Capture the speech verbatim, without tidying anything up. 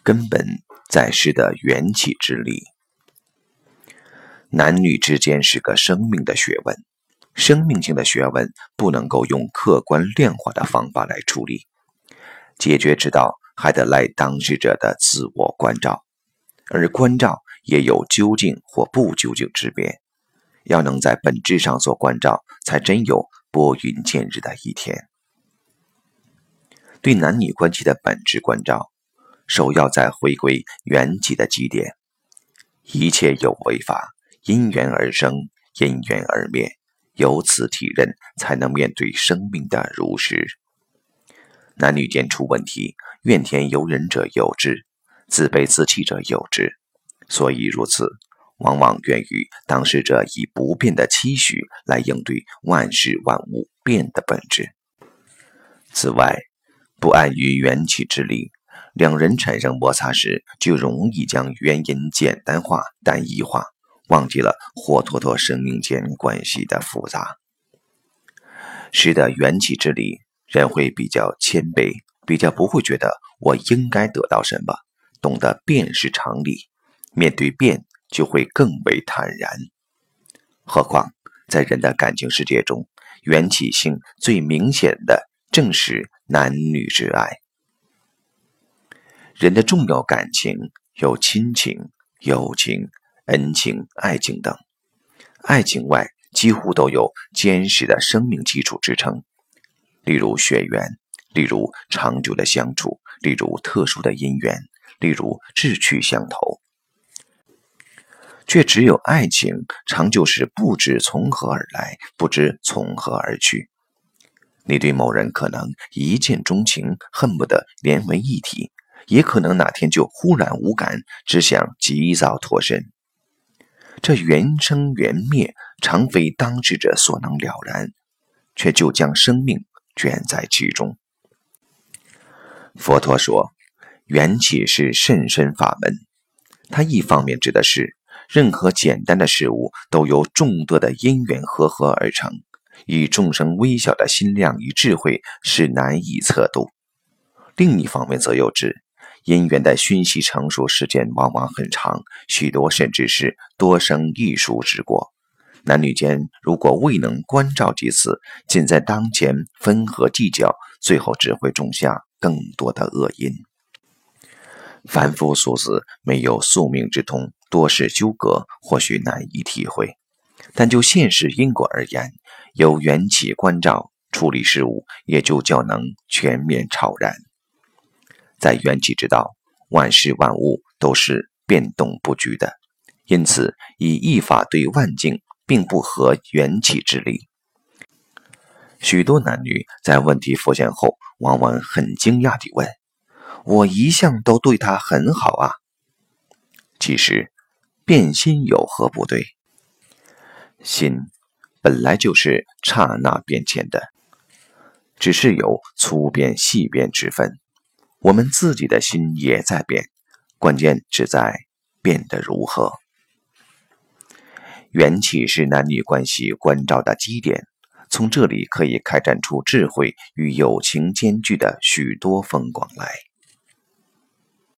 根本在识得缘起之理。男女之间是个生命的学问，生命性的学问不能够用客观量化的方法来处理，解决之道还得赖当事者的自我关照，而关照也有究竟或不究竟之别，要能在本质上做关照，才真有拨云见日的一天。对男女关系的本质关照，首要在回归缘起的基点。一切有为法，因缘而生，因缘而灭，由此体认，才能面对生命的如实。男女间出问题，怨天尤人者有之，自卑自弃者有之，所以如此，往往源于当事者以不变的期许来应对万事万物变的本质。此外，不安于缘起之理，两人产生摩擦时，就容易将原因简单化、单一化，忘记了活脱脱生命间关系的复杂。识得缘起之理，人会比较谦卑，比较不会觉得我应该得到什么，懂得变是常理，面对变就会更为坦然。何况在人的感情世界中，缘起性最明显的正是男女之爱。人的重要感情有亲情、友情、恩情、爱情等，爱情外几乎都有坚实的生命基础支撑，例如血缘，例如长久的相处，例如特殊的因缘，例如志趣相投。却只有爱情长久时不知从何而来，不知从何而去。你对某人可能一见钟情，恨不得连为一体，也可能哪天就忽然无感，只想及早脱身。这缘生缘灭，常非当事者所能了然，却就将生命卷在其中。佛陀说，缘起是甚深法门，它一方面指的是任何简单的事物都由众多的因缘合合而成，以众生微小的心量与智慧是难以测度。另一方面则有指，因缘的熏习成熟时间往往很长，许多甚至是多生一熟之果。男女间如果未能关照彼此，仅在当前分合计较，最后只会种下更多的恶因。凡夫俗子没有宿命之通，多是纠葛，或许难以体会。但就现实因果而言，有缘起关照，处理事物也就较能全面超然。在缘起之道，万事万物都是变动不居的，因此以一法对万境并不合缘起之理。许多男女在问题浮现后，往往很惊讶地问，我一向都对他很好啊。其实变心有何不对？心本来就是刹那变迁的，只是有粗变细变之分。我们自己的心也在变，关键只在变得如何。缘起是男女关系关照的基点，从这里可以开展出智慧与友情兼具的许多风光来。